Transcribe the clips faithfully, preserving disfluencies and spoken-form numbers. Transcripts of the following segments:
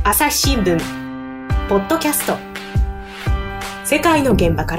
朝日新聞ポッドキャスト、世界の現場から。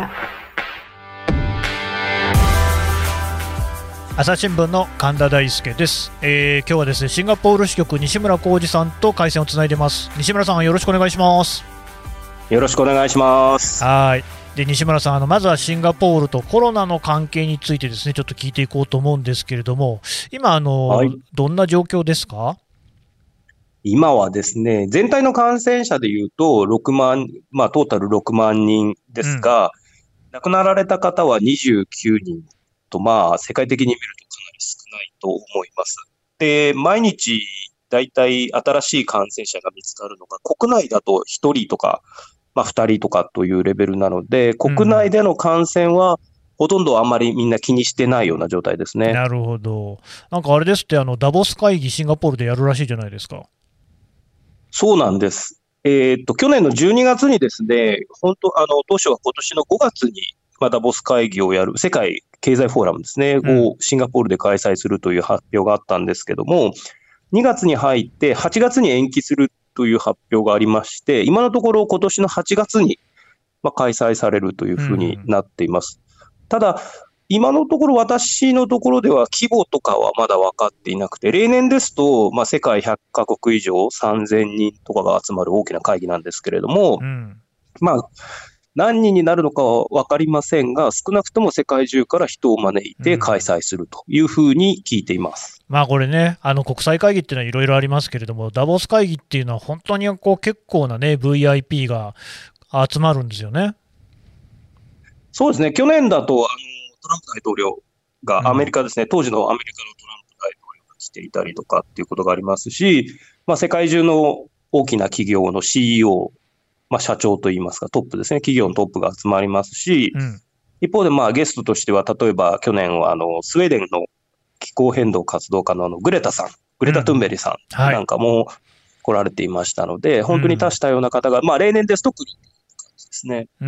朝日新聞の神田大輔です、えー、今日はですね、シンガポール支局西村浩二さんと回線をつないでます。西村さん、よろしくお願いします。 よろしくお願いします。 はい。で、西村さん、あのまずはシンガポールとコロナの関係についてですね、ちょっと聞いていこうと思うんですけれども、今あの、はい、どんな状況ですか？ 今はですね、全体の感染者でいうとろくまん、まあトータルろくまんにんですが、うん、亡くなられた方はにじゅうきゅうにんと、まあ世界的に見るとかなり少ないと思います。で、毎日だいたい新しい感染者が見つかるのが国内だとひとりとか、まあふたりとかというレベルなので、国内での感染はほとんどあんまりみんな気にしてないような状態ですね。 なるほど。なんかあれですって、あのダボス会議シンガポールでやるらしいじゃないですか。 そうなんです。えっと、去年のじゅうにがつにですね、本当、あの、当初は今年のごがつに、まあ、ダボス会議をやる、世界経済フォーラムですね、うん、をシンガポールで開催するという発表があったんですけども、にがつに入ってはちがつに延期するという発表がありまして、今のところ今年のはちがつに、まあ、開催されるというふうになっています。うん、ただ、今のところ私のところでは規模とかはまだ分かっていなくて、例年ですと、まあ、世界ひゃっかこく以上さんぜんにんとかが集まる大きな会議なんですけれども、うん、まあ、何人になるのかは分かりませんが、少なくとも世界中から人を招いて開催するというふうに聞いています。 うん、まあこれね、あの国際会議っていうのはいろいろありますけれども、ダボス会議っていうのは本当にこう結構なね、ブイアイピー が集まるんですよね。 そうですね、去年だと、あのトランプ大統領がアメリカですね、うん、当時のアメリカのトランプ大統領が来ていたりとかっていうことがありますし、まあ、世界中の大きな企業の シーイーオー、まあ、社長といいますか、トップですね、企業のトップが集まりますし、うん、一方でまあゲストとしては、例えば去年はあのスウェーデンの気候変動活動家のあのグレタさん、グレタ・トゥンベリさんなんかも来られていましたので、うん、本当に多種多様な方が、まあ、例年ですと来るですね。 うん、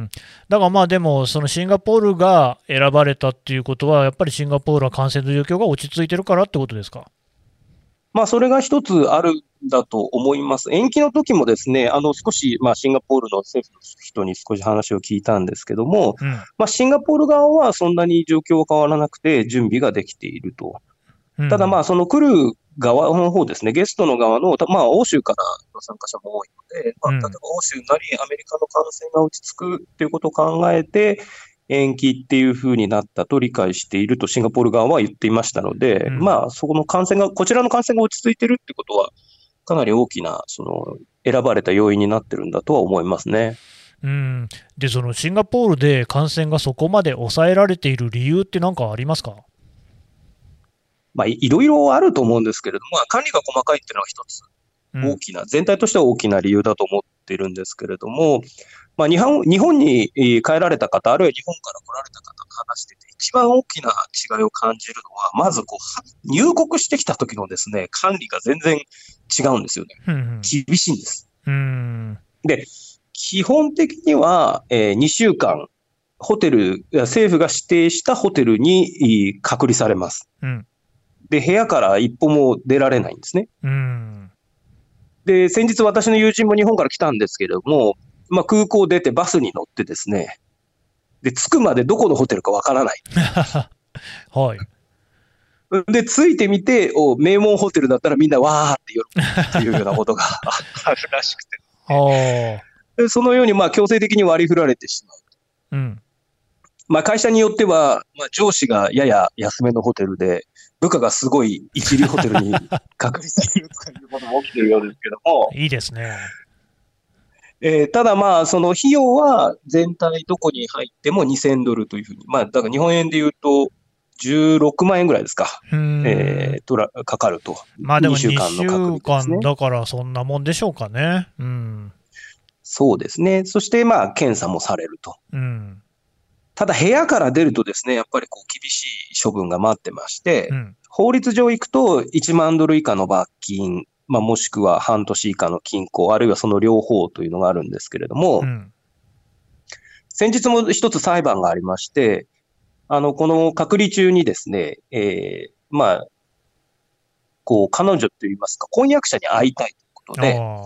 だからまあでも、そのシンガポールが選ばれたっていうことは、やっぱりシンガポールは感染の状況が落ち着いてるからってことですか？ まあ、それが一つあるんだと思います。延期の時もですね、あの少し、まあ、シンガポールの政府の人に少し話を聞いたんですけども、うん、まあ、シンガポール側はそんなに状況は変わらなくて、準備ができていると。うん、ただ、まあ、その来る側の方ですね、ゲストの側の、まあ、欧州からの参加者も多いので、まあ、例えば欧州なりアメリカの感染が落ち着くということを考えて、延期っていう風になったと理解しているとシンガポール側は言っていましたので、うん、まあ、そこの感染が、こちらの感染が落ち着いているってことは、かなり大きな、その、選ばれた要因になってるんだとは思いますね。 うん。で、そのシンガポールで感染がそこまで抑えられている理由って何かありますか？ まあ、いろいろあると思うんですけれども、まあ、管理が細かいっていうのは一つ大きな、うん、全体としては大きな理由だと思っているんですけれども、まあ、日本、日本に帰られた方、あるいは日本から来られた方が話してて、一番大きな違いを感じるのは、まずこう、入国してきた時のですね、管理が全然違うんですよね。うんうん、厳しいんです。うん、で、基本的には、えー、にしゅうかん、ホテル、政府が指定したホテルに隔離されます。うん、で、部屋から一歩も出られないんですね。うん、で、先日私の友人も日本から来たんですけれども、まあ、空港出てバスに乗ってですね、で、着くまでどこのホテルかわからない。 はい。 で、着いてみて、お、名門ホテルだったらみんなわーって喜ぶっていうようなことがあるらしくて、ね。でそのように、まあ、強制的に割り振られてしまう。うん。まあ、会社によっては、まあ、上司がやや安めのホテルで、部下がすごい一流ホテルに隔離されるということも起きているようですけども。 いいですね。 えー、ただまあ、その費用は全体どこに入ってもにせんドルというふうに、まあ、だから日本円で言うとじゅうろくまんえんぐらいですか、えー、とらかかると。 まあでもにしゅうかんの隔離ですね。だからそんなもんでしょうかね。うん、 そうですね。そしてまあ、検査もされると。うん、ただ部屋から出るとですね、やっぱりこう厳しい処分が待ってまして、うん、法律上行くといちまんドル以下の罰金、まあ、もしくは半年以下の禁錮、あるいはその両方というのがあるんですけれども、うん、先日も一つ裁判がありまして、あの、この隔離中にですね、えー、まあ、こう、彼女といいますか、婚約者に会いたいということで、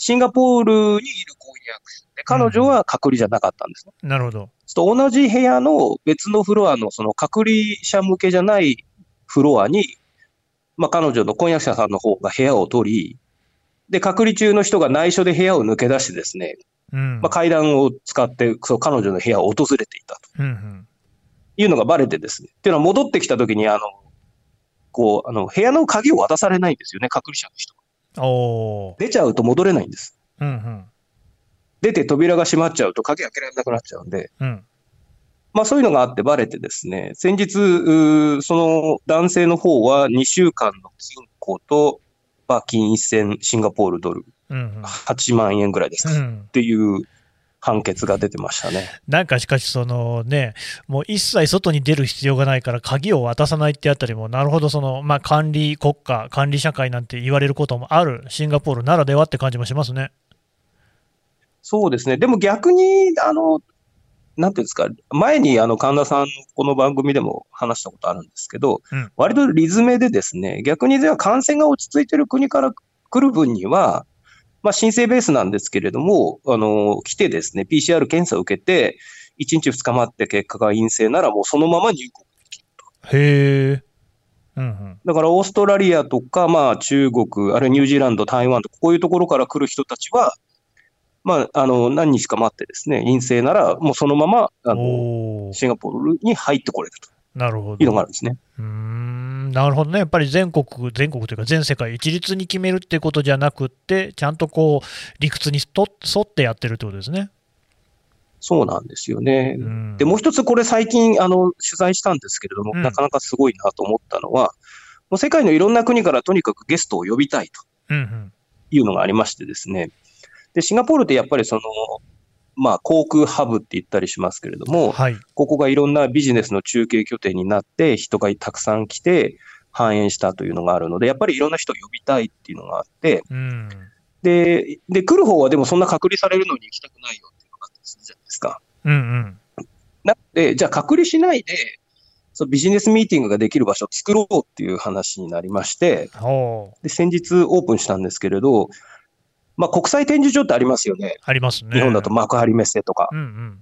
シンガポールにいる婚約者で、彼女は隔離じゃなかったんですね。 うん、なるほど。 と同じ部屋の別のフロアのその隔離者向けじゃないフロアに、まあ彼女の婚約者さんの方が部屋を取り、で、隔離中の人が内緒で部屋を抜け出してですね、うん、まあ階段を使ってそう彼女の部屋を訪れていたというのがバレてですね。っていうのは戻ってきたときに、あの、こう、あの、部屋の鍵を渡されないんですよね、隔離者の人。お出ちゃうと戻れないんです。うんうん、出て扉が閉まっちゃうと鍵開けられなくなっちゃうんで、うん、まあそういうのがあってバレてですね、先日、その男性の方はにしゅうかんの禁錮と罰金せんシンガポールドル、うんうん、はちまんえんぐらいですか、うん、っていう判決が出てましたね。 なんかしかしそのね、もう一切外に出る必要がないから鍵を渡さないってあたりも、なるほどその、まあ、管理国家、管理社会なんて言われることもあるシンガポールならではって感じもしますね。 そうですね。でも逆に、あの、なんていうんですか、前にあの神田さんのこの番組でも話したことあるんですけど、うん、割とリズメでですね、逆にでは感染が落ち着いている国から来る分には、まあ申請ベースなんですけれども、あの、来てですね、ピーシーアール 検査を受けて、いちにちふつか待って結果が陰性ならもうそのまま入国できると。 へー。うんうん、 だからオーストラリアとか、まあ中国、あるいはニュージーランド、台湾とかこういうところから来る人たちは、まあ、あの、何日か待ってですね、陰性なら、もうそのまま、あの、シンガポールに入ってこれると。 なるほど。 いうのがあるんですね。 うーん、なるほどね。やっぱり全国、全国というか全世界一律に決めるってことじゃなくって、ちゃんとこう、理屈にと沿ってやってるってことですね。 そうなんですよね。で、もう一つこれ最近、あの、取材したんですけれども、うん、なかなかすごいなと思ったのは、もう世界のいろんな国からとにかくゲストを呼びたいというのがありましてですね。で、シンガポールってやっぱりその、まあ、航空ハブって言ったりしますけれども、はい、ここがいろんなビジネスの中継拠点になって、人がたくさん来て、繁栄したというのがあるので、やっぱりいろんな人を呼びたいっていうのがあって、うん、で、で、来る方はでもそんな隔離されるのに行きたくないよっていうのがあったりするじゃないですか。うんうん、なので、じゃあ隔離しないで、そのビジネスミーティングができる場所を作ろうっていう話になりまして、で、先日オープンしたんですけれど、まあ、国際展示場ってありますよね。 ありますね。 日本だと幕張メッセとか。うんうん、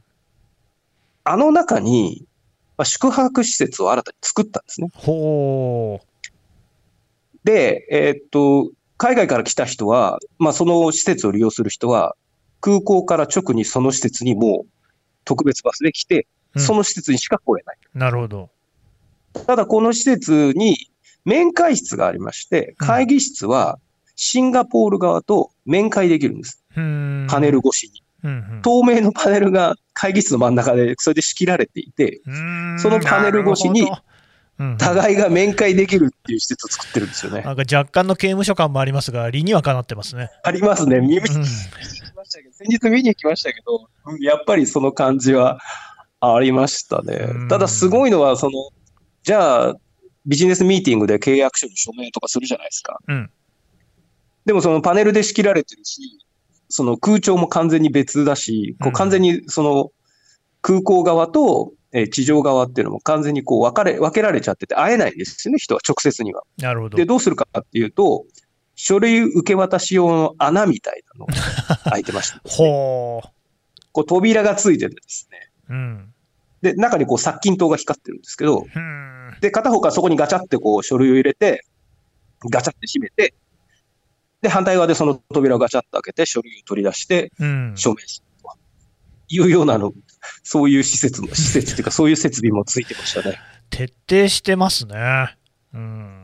あの中に、まあ、宿泊施設を新たに作ったんですね。ほー。で、えー、っと、海外から来た人は、まあ、その施設を利用する人は、空港から直にその施設にもう特別バスで来て、うん、その施設にしか来れない。 なるほど。 ただ、この施設に面会室がありまして、会議室は、シンガポール側と面会できるんです。パネル越しに、うんうん。透明のパネルが会議室の真ん中で、それで仕切られていて、そのパネル越しに、互いが面会できるっていう施設を作ってるんですよね。 なんか若干の刑務所感もありますが、理にはかなってますね。 ありますね。見に行きましたけど、先日見に行きましたけど、やっぱりその感じはありましたね。ただすごいのは、その、じゃあ、ビジネスミーティングで契約書に署名とかするじゃないですか。うんでもそのパネルで仕切られてるし、その空調も完全に別だし、こう完全にその空港側と地上側っていうのも完全にこう分かれ、分けられちゃってて会えないんですよね、人は直接には。 なるほど。 で、どうするかっていうと、書類受け渡し用の穴みたいなのが開いてました、ね。ほー。こう扉がついててですね。うん。で、中にこう殺菌灯が光ってるんですけど、で、片方からそこにガチャってこう書類を入れて、ガチャって閉めて、で、反対側でその扉をガチャッと開けて、書類を取り出して、署名するというようなの、そういう施設の、施設っていうか、そういう設備もついてましたね。 徹底してますね。うん。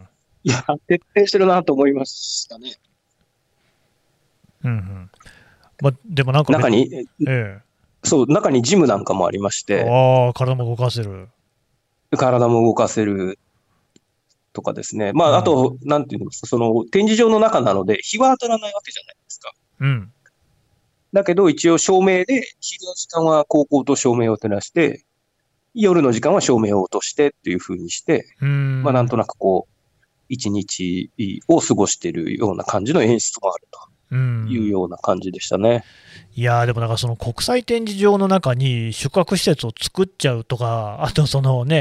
いや、徹底してるなと思いましたね。 うんうん。まあ、でもなんか、 中に、ええ、そう、中にジムなんかもありまして。 ああ、体も動かせる。 体も動かせる。とかですね。まあ、あと、なんていうんですか、その、展示場の中なので、日は当たらないわけじゃないですか。うん。だけど、一応照明で、昼の時間は高校と照明を照らして、夜の時間は照明を落としてっていう風にして、うんまあ、なんとなくこう、一日を過ごしているような感じの演出もあるというような感じでしたね。 いやーでもなんかその国際展示場の中に宿泊施設を作っちゃうとか、あとそのね、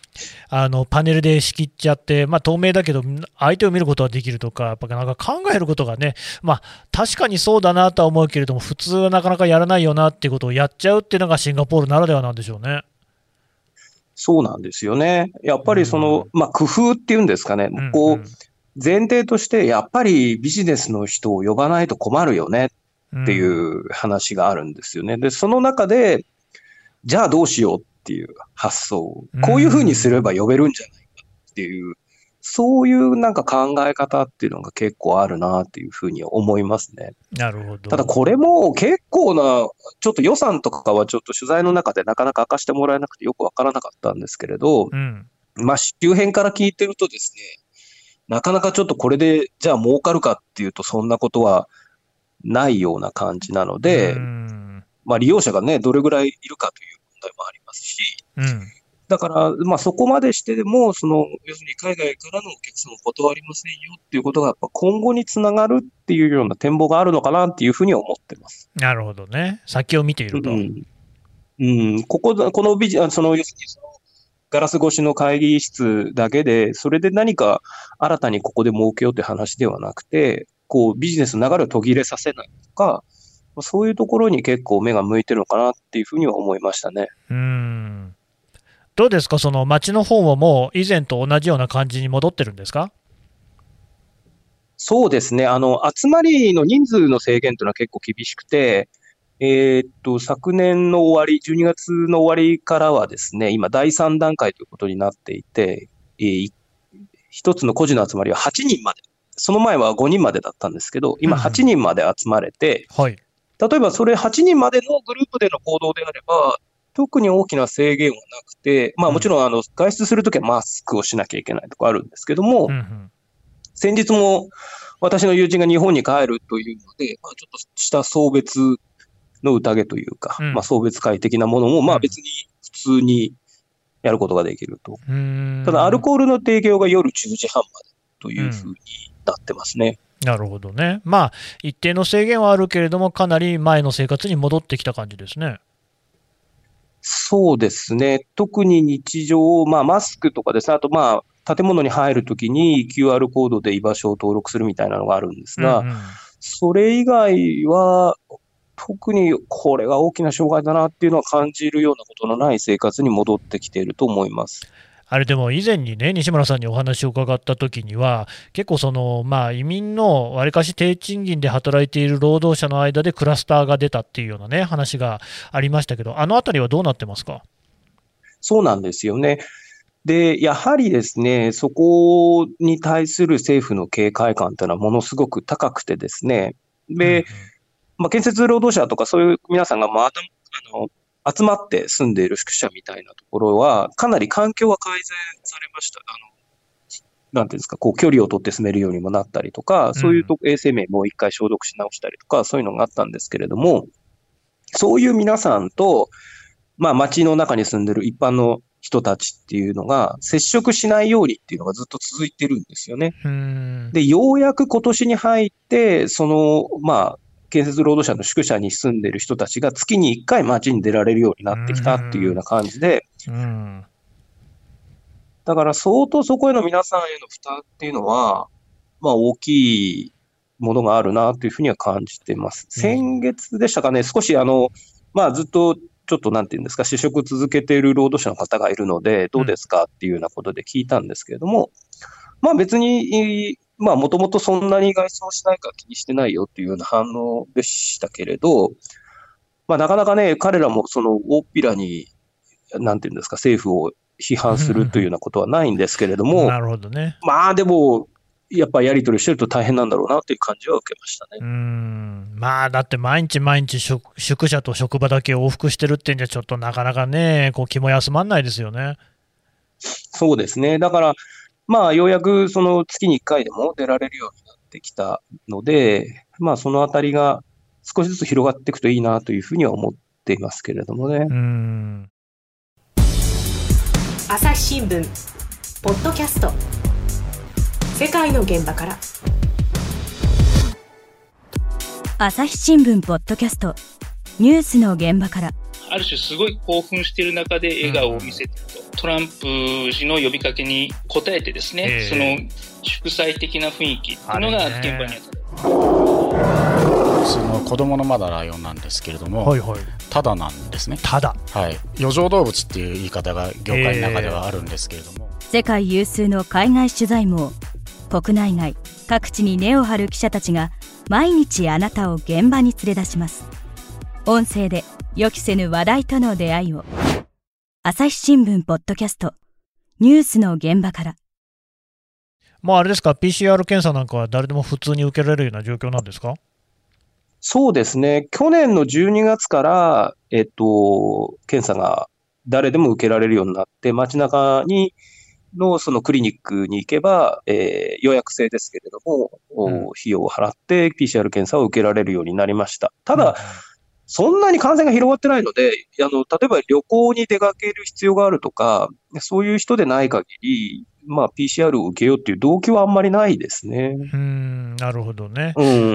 あのパネルで仕切っちゃって、まあ、透明だけど相手を見ることはできるとか、やっぱなんか考えることがね、まあ、確かにそうだなとは思うけれども、普通はなかなかやらないよなっていうことをやっちゃうっていうのがシンガポールならではなんでしょうね。 そうなんですよね。やっぱりその、まあ、工夫っていうんですかね、 うんこううん前提として、やっぱりビジネスの人を呼ばないと困るよねっていうんう話があるんですよね。で、その中で、じゃあどうしようっていう発想、こういうふうにすれば呼べるんじゃないかっていう、そういうなんか考え方っていうのが結構あるなっていうふうに思いますね。 なるほど。 ただこれも結構な、ちょっと予算とかはちょっと取材の中でなかなか明かしてもらえなくてよくわからなかったんですけれど、 うんまあ周辺から聞いてるとですね、なかなかちょっとこれでじゃあ儲かるかっていうとそんなことはないような感じなので、 うんまあ利用者がね、どれぐらいいるかという問題もありますし、 うんだから、まあそこまでしてでも、その、要するに海外からのお客さんを断りませんよっていうことが、やっぱ今後につながるっていうような展望があるのかなっていうふうには思ってます。 なるほどね。先を見ていると。 うん。うん、ここ、このビジ、あその、要するにその、ガラス越しの会議室だけで、それで何か新たにここで儲けようって話ではなくて、こうビジネスの流れを途切れさせないとか、そういうところに結構目が向いてるのかなっていうふうには思いましたね。 うーんどうですか、その街の方ももう以前と同じような感じに戻ってるんですか？ そうですね。あの、集まりの人数の制限というのは結構厳しくて、えーっと、昨年の終わり、じゅうにがつの終わりからはですね、今だいさん段階ということになっていて、えー一つの個人の集まりははちにんまで。その前はごにんまでだったんですけど、今はちにんまで集まれて、 はい。 例えばそれはちにんまでのグループでの行動であれば、特に大きな制限はなくて、まあもちろんあの外出するときはマスクをしなきゃいけないとかあるんですけども、 うんうん先日も私の友人が日本に帰るというので、まあ、ちょっとした送別の宴というか、 うんまあ送別会的なものも、まあ別に普通にやることができると。 うーんただアルコールの提供が夜じゅうじはんまでというふうになってますね。 なるほどね。まあ、一定の制限はあるけれども、かなり前の生活に戻ってきた感じですね。 そうですね。特に日常、まあマスクとかですね、あとまあ建物に入るときに キューアール コードで居場所を登録するみたいなのがあるんですが、 うんうんそれ以外は特にこれが大きな障害だなっていうのは感じるようなことのない生活に戻ってきていると思います。 あれでも以前にね、西村さんにお話を伺ったときには、結構その、まあ、移民のわりかし低賃金で働いている労働者の間でクラスターが出たっていうようなね、話がありましたけど、あのあたりはどうなってますか？ そうなんですよね。で、やはりですね、そこに対する政府の警戒感というのはものすごく高くてですね、で、まあ、建設労働者とかそういう皆さんがまああの集まって住んでいる宿舎みたいなところは、かなり環境は改善されました。あの、なんていうんですか、こう距離を取って住めるようにもなったりとか、そういうと衛生面もう一回消毒し直したりとか、そういうのがあったんですけれども、そういう皆さんと、まあ街の中に住んでる一般の人たちっていうのが接触しないようにっていうのがずっと続いてるんですよね。 うーんで、ようやく今年に入って、その、まあ、建設労働者の宿舎に住んでる人たちが月にいっかい街に出られるようになってきたっていうような感じで、 うんだから相当そこへの皆さんへの負担っていうのは、まあ大きいものがあるなというふうには感じています。先月でしたかね、少しあの、まあずっとちょっとなんていうんですか、試食続けている労働者の方がいるので、どうですかっていうようなことで聞いたんですけれども、まあ別に、まあもともとそんなに外出をしないから気にしてないよっていうような反応でしたけれど、まあなかなかね、彼らもその大っぴらに、なんていうんですか、政府を批判するというようなことはないんですけれども、 なるほどね。 まあでも、やっぱりやり取りしてると大変なんだろうなという感じは受けましたね。 うーんまあだって毎日毎日宿宿舎と職場だけ往復してるってんじゃちょっとなかなかね、こう気も休まんないですよね。 そうですね。だから、まあようやくその月にいっかいでも出られるようになってきたので、まあそのあたりが少しずつ広がっていくといいなというふうには思っていますけれどもね。 うーん朝日新聞ポッドキャスト、世界の現場から。 朝日新聞ポッドキャスト、ニュースの現場から。 ある種すごい興奮している中で笑顔を見せていると、トランプ氏の呼びかけに応えてですね、その祝祭的な雰囲気っていうのが現場にあった。 その子供のまだライオンなんですけれども、 はいはい、 ただなんですね。 ただ、 はい、余剰動物っていう言い方が業界の中ではあるんですけれども、 世界有数の海外取材網、国内外各地に根を張る記者たちが毎日あなたを現場に連れ出します。音声で予期せぬ話題との出会いを。朝日新聞ポッドキャスト、ニュースの現場から。 まあ、あれですか、 ピーシーアール 検査なんかは誰でも普通に受けられるような状況なんですか？ そうですね。去年のじゅうにがつから、えっと、検査が誰でも受けられるようになって、街中にのそのクリニックに行けば、えー予約制ですけれども、 うんお費用を払って ピーシーアール 検査を受けられるようになりました。たうんだ、そんなに感染が広がってないので、あの、例えば旅行に出かける必要があるとか、そういう人でない限り、まあ ピーシーアール を受けようっていう動機はあんまりないですね。 うーん、なるほどね。 うん。 うんうん、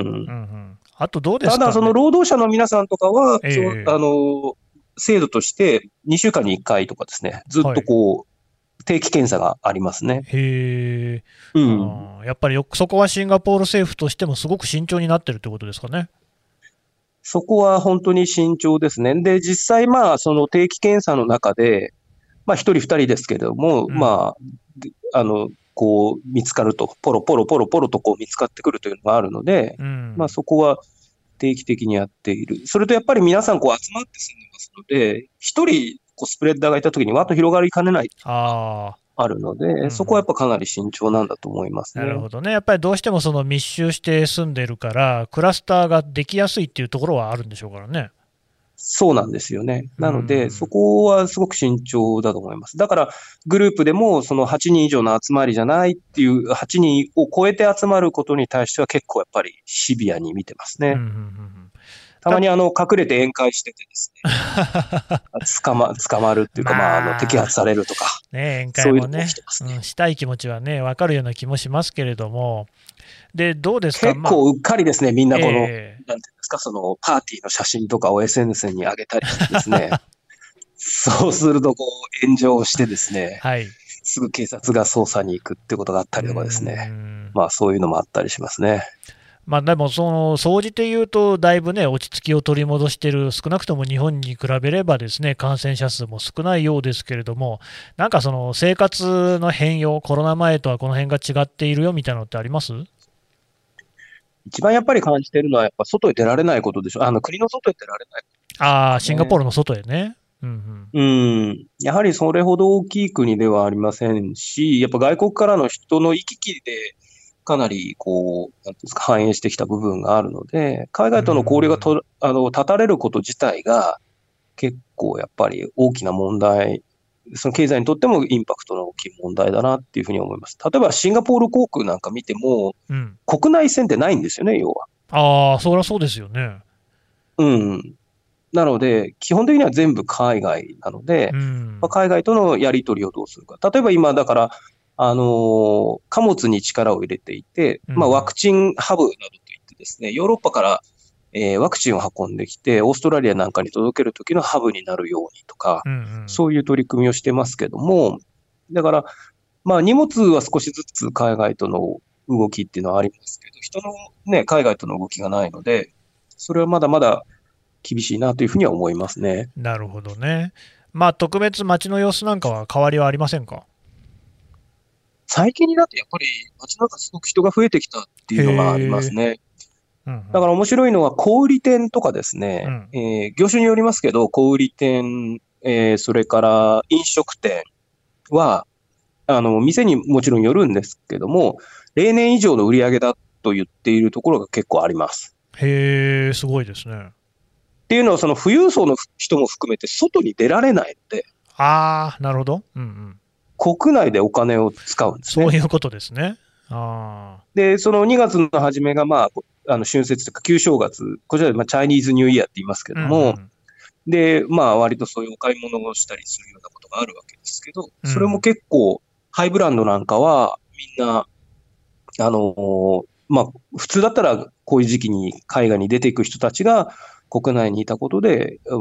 あとどうですかね。 ただ、その労働者の皆さんとかは、 ええそうあの、制度としてにしゅうかんにいっかいとかですね、ずっとこう、定期検査がありますね。 へうー、 ん。 あーやっぱりよそこはシンガポール政府としてもすごく慎重になってるってことですかね。 そこは本当に慎重ですね。で、実際、まあ、その定期検査の中で、まあ、一人二人ですけれども、 うんまあ、あの、こう、見つかると、ポロポロポロポロとこう見つかってくるというのがあるので、 うんまあ、そこは定期的にやっている。それとやっぱり皆さんこう集まって住んでますので、一人こうスプレッダーがいたときにわっと広がりかねないああるので、 んそこはやっぱかなり慎重なんだと思いますあ、 ね。 なるほどね。やっぱりどうしてもその密集して住んでるから、クラスターができやすいっていうところはあるんでしょうからね。 そうなんですよね。なのうんで、そこはすごく慎重だと思います。だから、グループでも、そのはちにん以上の集まりじゃないっていう、はちにんを超えて集まることに対しては結構やっぱりシビアに見てますね。 うんうんうんうんたまにあの、隠れて宴会しててですね、捕ま、捕まるっていうか、まあ、 まああの、摘発されるとか、 ね、宴そういうのも会もね起きてますね。 うん、したい気持ちはね、分かるような気もしますけれども、で、どうですか、 結構うっかりですね、みんなこの、なんていうんえですか、その、パーティーの写真とかを エスエヌエス に上げたりしてですね、そうすると、こう、炎上してですね、 ーはい。 すぐ警察が捜査に行くってことがあったりとかですね、 うんまあ、そういうのもあったりしますね。 まあ、でも、その総じて言うと、だいぶね、落ち着きを取り戻している、少なくとも日本に比べればですね、感染者数も少ないようですけれども、なんかその生活の変容、コロナ前とはこの辺が違っているよみたいなのってあります？ 一番やっぱり感じてるのは、やっぱ外へ出られないことでしょ。あの、国の外へ出られない。 ああ、シンガポールの外へね。うんうん。やはりそれほど大きい国ではありませんし、やっぱ外国からの人の行き来で、かなり、こう、なんていうんですか、反映してきた部分があるので、海外との交流がと、あの、断たれること自体が、結構やっぱり大きな問題、その経済にとってもインパクトの大きい問題だなっていうふうに思います。例えばシンガポール航空なんか見ても、 うんうん国内線ってないんですよね、要は。 ああ、そりゃそうですよね。 うん。なので、基本的には全部海外なので、 うんまあ、海外とのやり取りをどうするか。例えば今、だから、あのー貨物に力を入れていて、 うんまあ、ワクチンハブなどといってですね、ヨーロッパから、えーワクチンを運んできて、オーストラリアなんかに届けるときのハブになるようにとか、 うんうんそういう取り組みをしてますけども、だから、まあ、荷物は少しずつ海外との動きっていうのはありますけど、人のね、海外との動きがないので、それはまだまだ厳しいなというふうには思いますね。 なるほどね。まあ、特別街の様子なんかは変わりはありませんか？ 最近になってやっぱり街中すごく人が増えてきたっていうのがありますね。 うんうんだから面白いのは小売店とかですね、 うんえー業種によりますけど、小売店、えーそれから飲食店は、あの、店にもちろんよるんですけども、例年以上の売り上げだと言っているところが結構あります。 へえ、すごいですね。 っていうのは、その富裕層の人も含めて外に出られないので、 ああ、なるほど。うんうん。 国内でお金を使うんですね。 そういうことですね。あで、そのにがつの初めが、まあ、あの春節というか旧正月、こちらでまあチャイニーズニューイヤーって言いますけあ。 ども、 うんうんで、まあ、割とそういうお買い物をしたりするようなことがあるわけですけど、 うんそれも結構、ハイブランドなんかは、みんな、あのーまあ、普通だったらこういう時期に海外に出ていく人たちが国内にいたことで、まあ、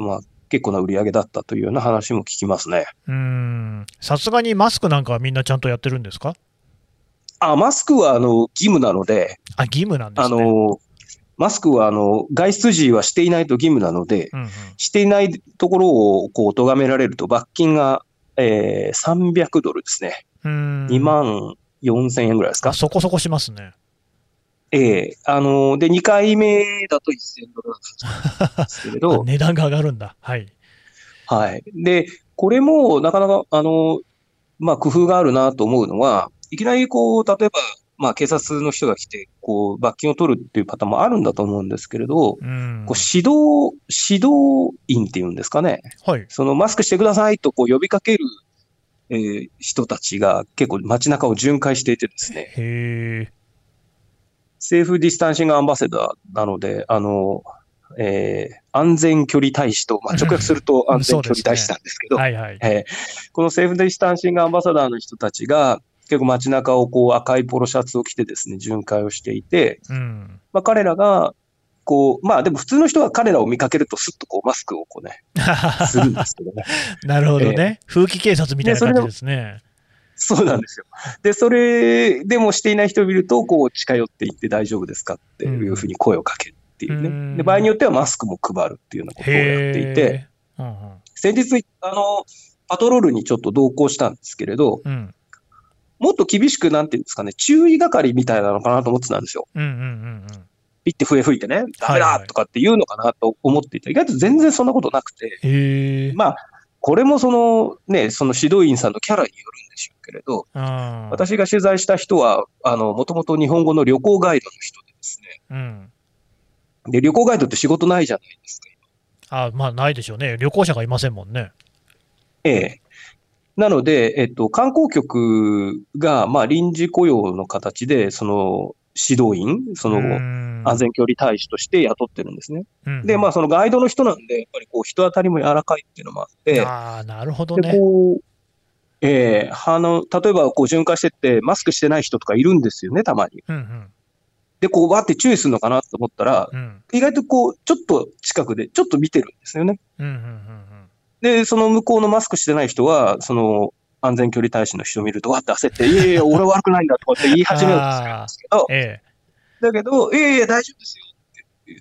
結構な売り上げだったというような話も聞きますね。 うーん、さすがにマスクなんかはみんなちゃんとやってるんですか？ あ、マスクはあの義務なので、 あ、義務なんですね。 あのマスクはあの外出時はしていないと義務なので、 うんうん、 していないところをこう咎められると罰金が、えー、さんびゃくドルですね。 うーん、 にまんよんせんえんぐらいですか。 そこそこしますね。 ええー、あので、にかいめだとせんドルなんですけれど、 値段が上がるんだ。はい。 はい。で、これもなかなか、あの、まあ、工夫があるなと思うのは、いきなりこう、例えば、まあ、警察の人が来て、こう、罰金を取るっていうパターンもあるんだと思うんですけれど、 うん、 こう指導、指導員っていうんですかね。 はい。 そのマスクしてくださいとこう呼びかける、えー人たちが結構街中を巡回していてですね、 へー。 セーフディスタンシングアンバサダーなので、あの、えー安全距離大使と、まあ、直訳すると安全距離大使なんですけど、 はいはい。 えーこのセーフディスタンシングアンバサダーの人たちが、結構街中をこう赤いポロシャツを着てですね、巡回をしていて、 うん、 まあ、彼らが、こう、まあでも普通の人は彼らを見かけるとスッとこうマスクをこうね、するんですけどね。 なるほどね、えー、風紀警察みたいな感じですね。 そうなんですよ。で、それでもしていない人を見ると、こう近寄っていって大丈夫ですかっていうふうに声をかけるっていうね。うん、で、場合によってはマスクも配るっていうようなことをやっていて、うんうん、先日、あの、パトロールにちょっと同行したんですけれど、うん、もっと厳しく、なんていうんですかね、注意係みたいなのかなと思ってたんですよ。うんうんうんうん、ピッて笛吹いてね、ダメだとかって言うのかなと思っていた。はいはい、意外と全然そんなことなくて、 へまあ、これもそのね、その指導員さんのキャラによるんでしょうけれど、私が取材した人は、あの、もともと日本語の旅行ガイドの人でですね、うん、で、旅行ガイドって仕事ないじゃないですか。 あ、まあないでしょうね。旅行者がいませんもんね。 ええ。なので、えっと、観光局が、まあ、臨時雇用の形で、その、指導員、その、安全距離大使として雇ってるんですね。うんうん、で、まあ、そのガイドの人なんで、やっぱりこう、人当たりも柔らかいっていうのもあって、 ああ、なるほどね。 で、こう、ええー、あの、例えば、こう、巡回してって、マスクしてない人とかいるんですよね、たまに。うんうん、で、こう、わーって注意するのかなと思ったら、うん、意外とこう、ちょっと近くで、ちょっと見てるんですよね。うんうんうんうん、で、その向こうのマスクしてない人は、その、安全距離大使の人を見ると、わって焦って、いやいや、俺は悪くないんだとかって言い始めるんですけど、ええ、だけど、いやいや、大丈夫ですよって言って、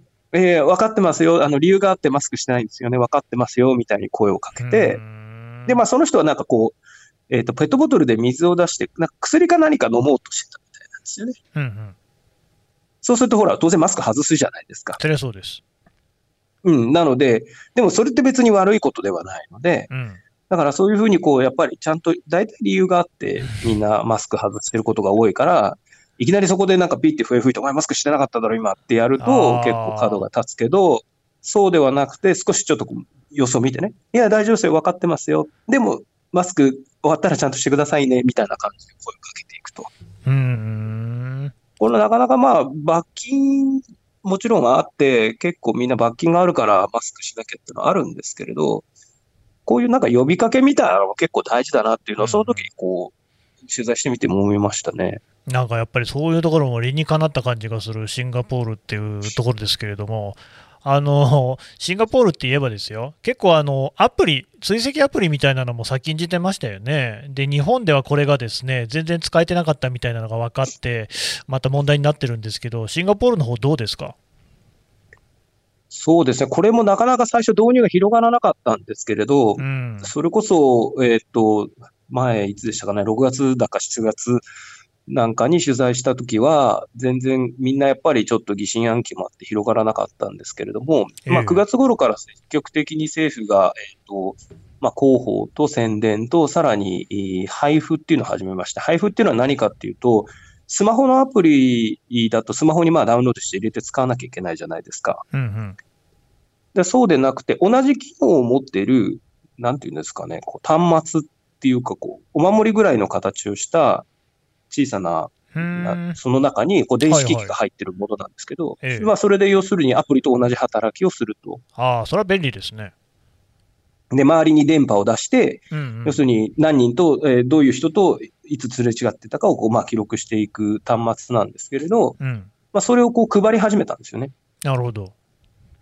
ええ、分かってますよ、あの、理由があってマスクしてないんですよね、分かってますよ、みたいに声をかけて、で、まあ、その人はなんかこう、えっと、ペットボトルで水を出して、なんか薬か何か飲もうとしてたみたいなんですよね。うんうん、そうすると、ほら、当然マスク外すじゃないですか。 そりゃそうです。 うん、なので、でもそれって別に悪いことではないので、うん、だからそういうふうにこう、やっぱりちゃんと大体理由があってみんなマスク外してることが多いから、いきなりそこでなんかピッて笛吹いて、お前マスクしてなかっただろ今ってやると結構角が立つけど、そうではなくて少しちょっと様子を見てね。いや大丈夫ですよ、分かってますよ。でもマスク終わったらちゃんとしてくださいね、みたいな感じで声をかけていくと。うーん。これなかなかまあ罰金もちろんあって、結構みんな罰金があるからマスクしなきゃっていうのはあるんですけれど、こういうなんか呼びかけみたいなのも結構大事だなっていうのは、その時にこう、取材してみても思いましたね。 なんかやっぱりそういうところも理にかなった感じがするシンガポールっていうところですけれども、あのシンガポールって言えばですよ、結構あのアプリ、追跡アプリみたいなのも先んじてましたよね。で、日本ではこれがですね、全然使えてなかったみたいなのが分かって、また問題になってるんですけど、シンガポールの方どうですか？ そうですね、これもなかなか最初、導入が広がらなかったんですけれど、うん、それこそ、えー、っと、前、いつでしたかね、ろくがつだかしちがつなんかに取材したときは、全然みんなやっぱりちょっと疑心暗鬼もあって広がらなかったんですけれども、えー、まあ、くがつ頃から積極的に政府が、えーっとまあ、広報と宣伝と、さらに配布っていうのを始めました。配布っていうのは何かっていうと、スマホのアプリだとスマホにまあダウンロードして入れて使わなきゃいけないじゃないですか。うんうん、でそうでなくて、同じ機能を持っている、なんていうんですかね、こう端末っていうかこう、お守りぐらいの形をした小さな、なその中にこう電子機器が入ってるものなんですけど、はいはい、まあそれで要するにアプリと同じ働きをすると。 ああ、それは便利ですね。 で、周りに電波を出して、うんうん、要するに何人と、えー、どういう人といつすれ違ってたかをこう、まあ、記録していく端末なんですけれど、うん、まあ、それをこう配り始めたんですよね。 なるほど。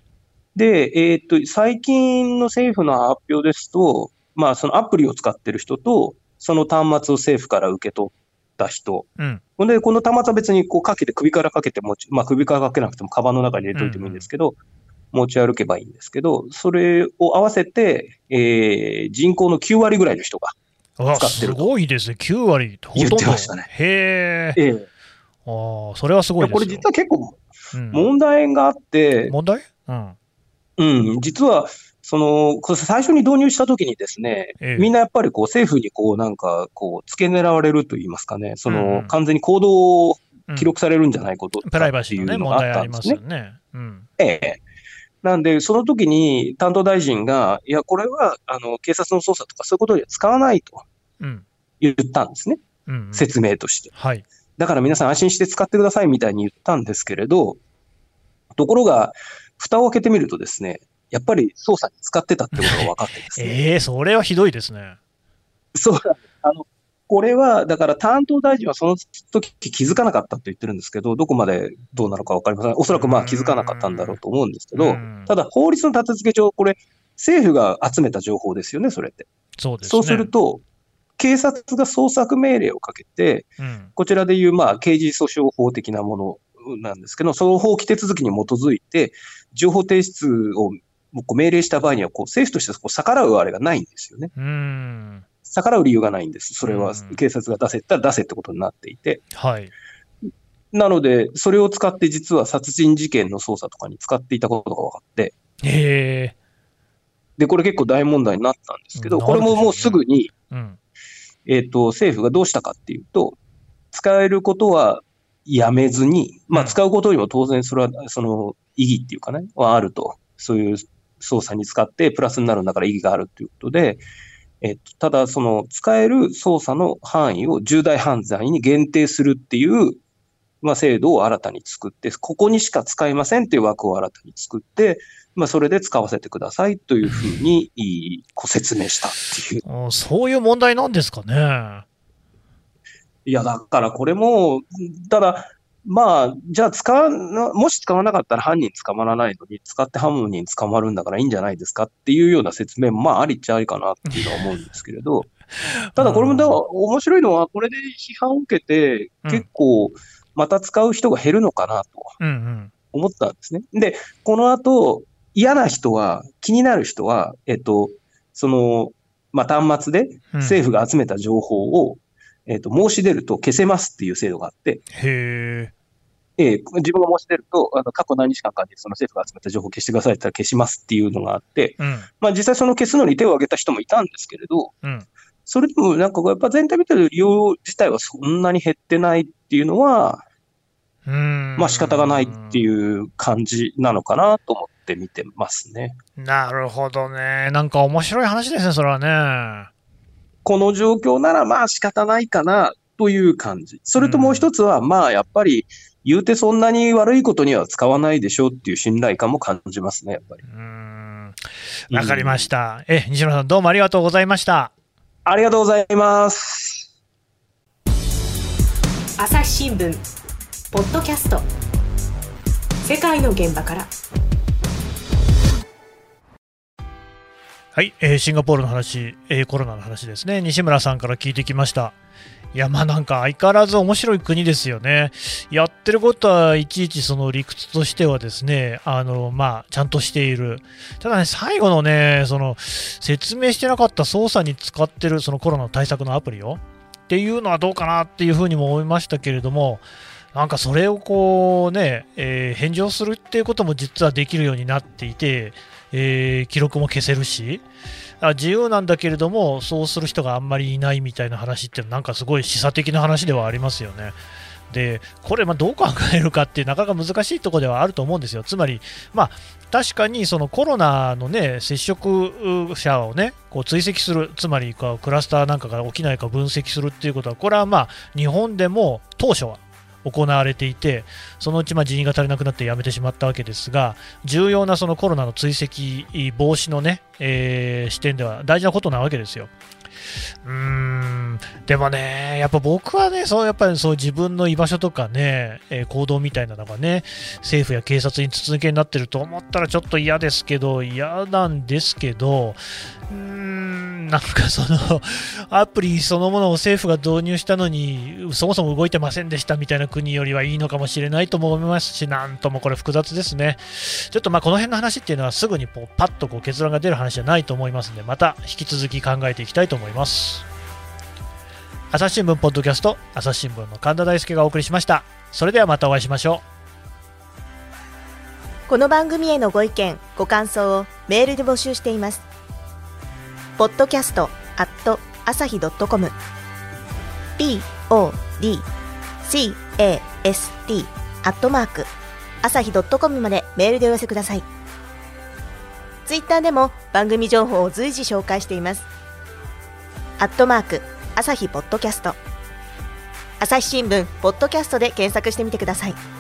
で、えっと、最近の政府の発表ですと、まあ、そのアプリを使ってる人と、その端末を政府から受け取った人。 うん。 ほんで、この端末は別にこうかけて、首からかけて持ち、まあ、首からかけなくても、カバンの中に入れといてもいいんですけど、持ち歩けばいいんですけど、それを合わせて、えー、人口のきゅうわりぐらいの人が使ってると。 すごいですね、きゅうわり、ほとんど。 言ってましたね。 へー。 ええ。 ああ、それはすごいですよ。 これ実は結構、 うん、 問題があって、 問題うん。 うん、実は、その、最初に導入したときにですね、ええ、みんなやっぱりこう政府にこうなんかこう付け狙われると言いますかね、その、うん、完全に行動を記録されるんじゃないことっていうのがあったんですね。 プライバシーのね、問題ありますよね。うん。 ええ。なんで、その時に担当大臣が、いや、これは、あの、警察の捜査とかそういうことには使わないと言ったんですね。うんうん、説明として。 はい。 だから皆さん安心して使ってくださいみたいに言ったんですけれど、ところが、蓋を開けてみるとですね、やっぱり捜査に使ってたってことが分かってですね。 ええー、それはひどいですね。 そうなんです。あの、これは、だから担当大臣はその時気づかなかったと言ってるんですけど、どこまでどうなのか分かりません。おそらくまあ気づかなかったんだろうと思うんですけど、ただ法律の立て付け上、これ、政府が集めた情報ですよね、それって。 そうですね。 そうすると、警察が捜索命令をかけて、うん、こちらでいうまあ刑事訴訟法的なものなんですけど、その法規手続きに基づいて、情報提出を命令した場合には、こう政府としてこう逆らうあれがないんですよね。 うん逆らう理由がないんです。それは警察が出せたら出せってことになっていて。 はい。 なので、それを使って実は殺人事件の捜査とかに使っていたことが分かって。 へー。 で、これ結構大問題になったんですけど、これももうすぐに、うんえっと、政府がどうしたかっていうと、使えることはやめずに、まあ使うことにも当然それは、その意義っていうかね、はあると。そういう捜査に使ってプラスになるんだから意義があるっていうことで、えっと、ただその使える捜査の範囲を重大犯罪に限定するっていう、まあ制度を新たに作って、ここにしか使えませんっていう枠を新たに作って、まあ、それで使わせてくださいというふうにご説明したっていう。 そういう問題なんですかね。 いや、だからこれも、ただ、まあ、じゃあ使わな、もし使わなかったら犯人捕まらないのに、使って犯人捕まるんだからいいんじゃないですかっていうような説明も、まあ、ありっちゃありかなっていうのは思うんですけれど、ただこれも、だから面白いのは、これで批判を受けて、結構、また使う人が減るのかなと思ったんですね。で、この後、嫌な人は、気になる人は、えっと、その、まあ、端末で政府が集めた情報を、うん、えっと、申し出ると消せますっていう制度があって、 へえー、自分が申し出ると、あの過去何日間かでその政府が集めた情報を消してくださいって言ったら消しますっていうのがあって、うん、まあ、実際その消すのに手を挙げた人もいたんですけれど、うん、それでもなんかやっぱ全体見てる利用自体はそんなに減ってないっていうのは、うん、まあ仕方がないっていう感じなのかなと思って。見てますね。 なるほどね。なんか面白い話ですね、それはね。 この状況ならまあ仕方ないかなという感じ。それともう一つは、うん、まあやっぱり言うてそんなに悪いことには使わないでしょうっていう信頼感も感じますね、やっぱり。 うーん。わかりました。うん、え、西村さんどうもありがとうございました。 ありがとうございます。 朝日新聞ポッドキャスト世界の現場から。 はい、えー、シンガポールの話、えー、コロナの話ですね。西村さんから聞いてきました。いや、まあなんか相変わらず面白い国ですよね。やってることはいちいちその理屈としてはですね、あの、まあ、ちゃんとしている。ただね、最後のね、その、説明してなかった操作に使ってるそのコロナの対策のアプリをっていうのはどうかなっていうふうにも思いましたけれども、なんかそれをこうね、えー、返上するっていうことも実はできるようになっていて、えー、記録も消せるし、自由なんだけれどもそうする人があんまりいないみたいな話ってなんかすごい示唆的な話ではありますよね。でこれまあどう考えるかってなかなか難しいところではあると思うんですよ。つまり、まあ、確かにそのコロナの、ね、接触者を、ね、こう追跡する、つまりこうクラスターなんかが起きないか分析するっていうことは、これはまあ日本でも当初は行われていて、そのうちまあ人員が足りなくなってやめてしまったわけですが、重要なそのコロナの追跡防止の、ねえー、視点では大事なことなわけですよ。 うーんでもね、やっぱ僕はね、そうやっぱりそう自分の居場所とかね、えー行動みたいなのがね、政府や警察に筒抜けになってると思ったらちょっと嫌ですけど、嫌なんですけど、うーんなんかそのアプリそのものを政府が導入したのに、そもそも動いてませんでしたみたいな国よりはいいのかもしれないとも思いますし、なんともこれ複雑ですね。ちょっとまあこの辺の話っていうのはすぐにこうパッとこう結論が出る話じゃないと思いますので、また引き続き考えていきたいと思います。朝日新聞ポッドキャスト、朝日新聞の神田大輔がお送りしました。それではまたお会いしましょこの番組へのご意見ご感想をメールで募集しています。ポッドキャストアット朝日ドットコム ポッドキャストアットマーク朝日ドットコムまでメールでお寄せください。ツイッターでも番組情報を随時紹介しています。アットマーク朝日ポッドキャスト、朝日新聞ポッドキャストで検索してみてください。